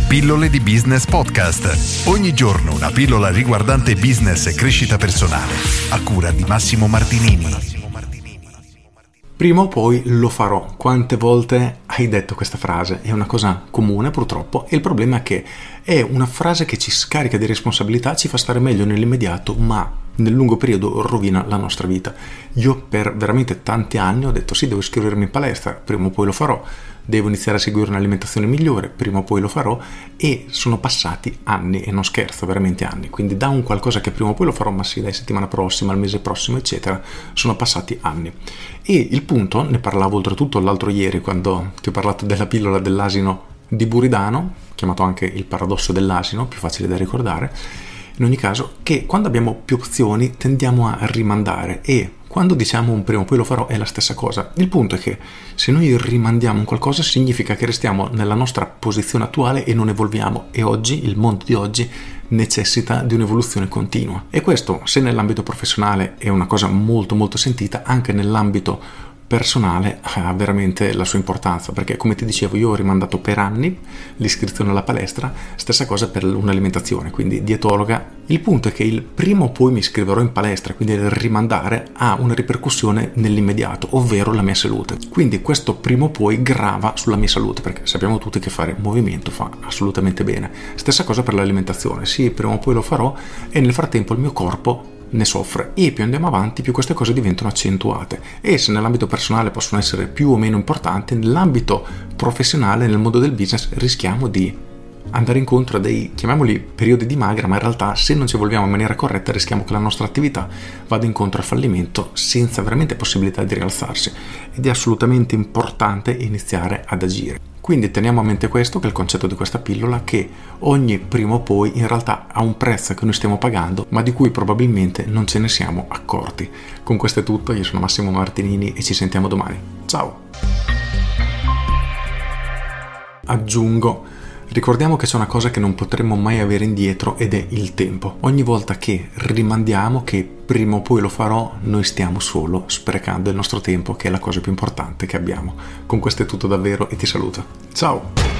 Pillole di Business Podcast. Ogni giorno una pillola riguardante business e crescita personale. A cura di Massimo Martinini. Prima o poi lo farò. Quante volte hai detto questa frase? È una cosa comune purtroppo e il problema è che è una frase che ci scarica di responsabilità, ci fa stare meglio nell'immediato, ma nel lungo periodo rovina la nostra vita. Io per veramente tanti anni ho detto sì, devo iscrivermi in palestra, prima o poi lo farò, devo iniziare a seguire un'alimentazione migliore, prima o poi lo farò, e sono passati anni, e non scherzo, veramente anni. Quindi da un qualcosa che prima o poi lo farò, ma sì, dai, settimana prossima, il mese prossimo, eccetera, sono passati anni. E il punto, ne parlavo oltretutto l'altro ieri quando ti ho parlato della pillola dell'asino di Buridano, chiamato anche il paradosso dell'asino, più facile da ricordare. In ogni caso, che quando abbiamo più opzioni tendiamo a rimandare, e quando diciamo un prima o poi lo farò è la stessa cosa. Il punto è che se noi rimandiamo un qualcosa significa che restiamo nella nostra posizione attuale e non evolviamo, e oggi, il mondo di oggi, necessita di un'evoluzione continua. E questo, se nell'ambito professionale è una cosa molto molto sentita, anche nell'ambito personale ha veramente la sua importanza, perché come ti dicevo io ho rimandato per anni l'iscrizione alla palestra, stessa cosa per un'alimentazione, quindi dietologa. Il punto è che il prima o poi mi iscriverò in palestra, quindi il rimandare ha una ripercussione nell'immediato, ovvero la mia salute. Quindi questo prima o poi grava sulla mia salute, perché sappiamo tutti che fare movimento fa assolutamente bene. Stessa cosa per l'alimentazione, sì, prima o poi lo farò e nel frattempo il mio corpo ne soffre, e più andiamo avanti più queste cose diventano accentuate, e se nell'ambito personale possono essere più o meno importanti, nell'ambito professionale, nel mondo del business, rischiamo di andare incontro a dei, chiamiamoli periodi di magra, ma in realtà se non ci evolviamo in maniera corretta rischiamo che la nostra attività vada incontro al fallimento senza veramente possibilità di rialzarsi, ed è assolutamente importante iniziare ad agire. Quindi teniamo a mente questo, che è il concetto di questa pillola, che ogni prima o poi in realtà ha un prezzo che noi stiamo pagando, ma di cui probabilmente non ce ne siamo accorti. Con questo è tutto, io sono Massimo Martinini e ci sentiamo domani. Ciao! Aggiungo, ricordiamo che c'è una cosa che non potremmo mai avere indietro, ed è il tempo. Ogni volta che rimandiamo che prima o poi lo farò, noi stiamo solo sprecando il nostro tempo, che è la cosa più importante che abbiamo. Con questo è tutto davvero e ti saluto. Ciao!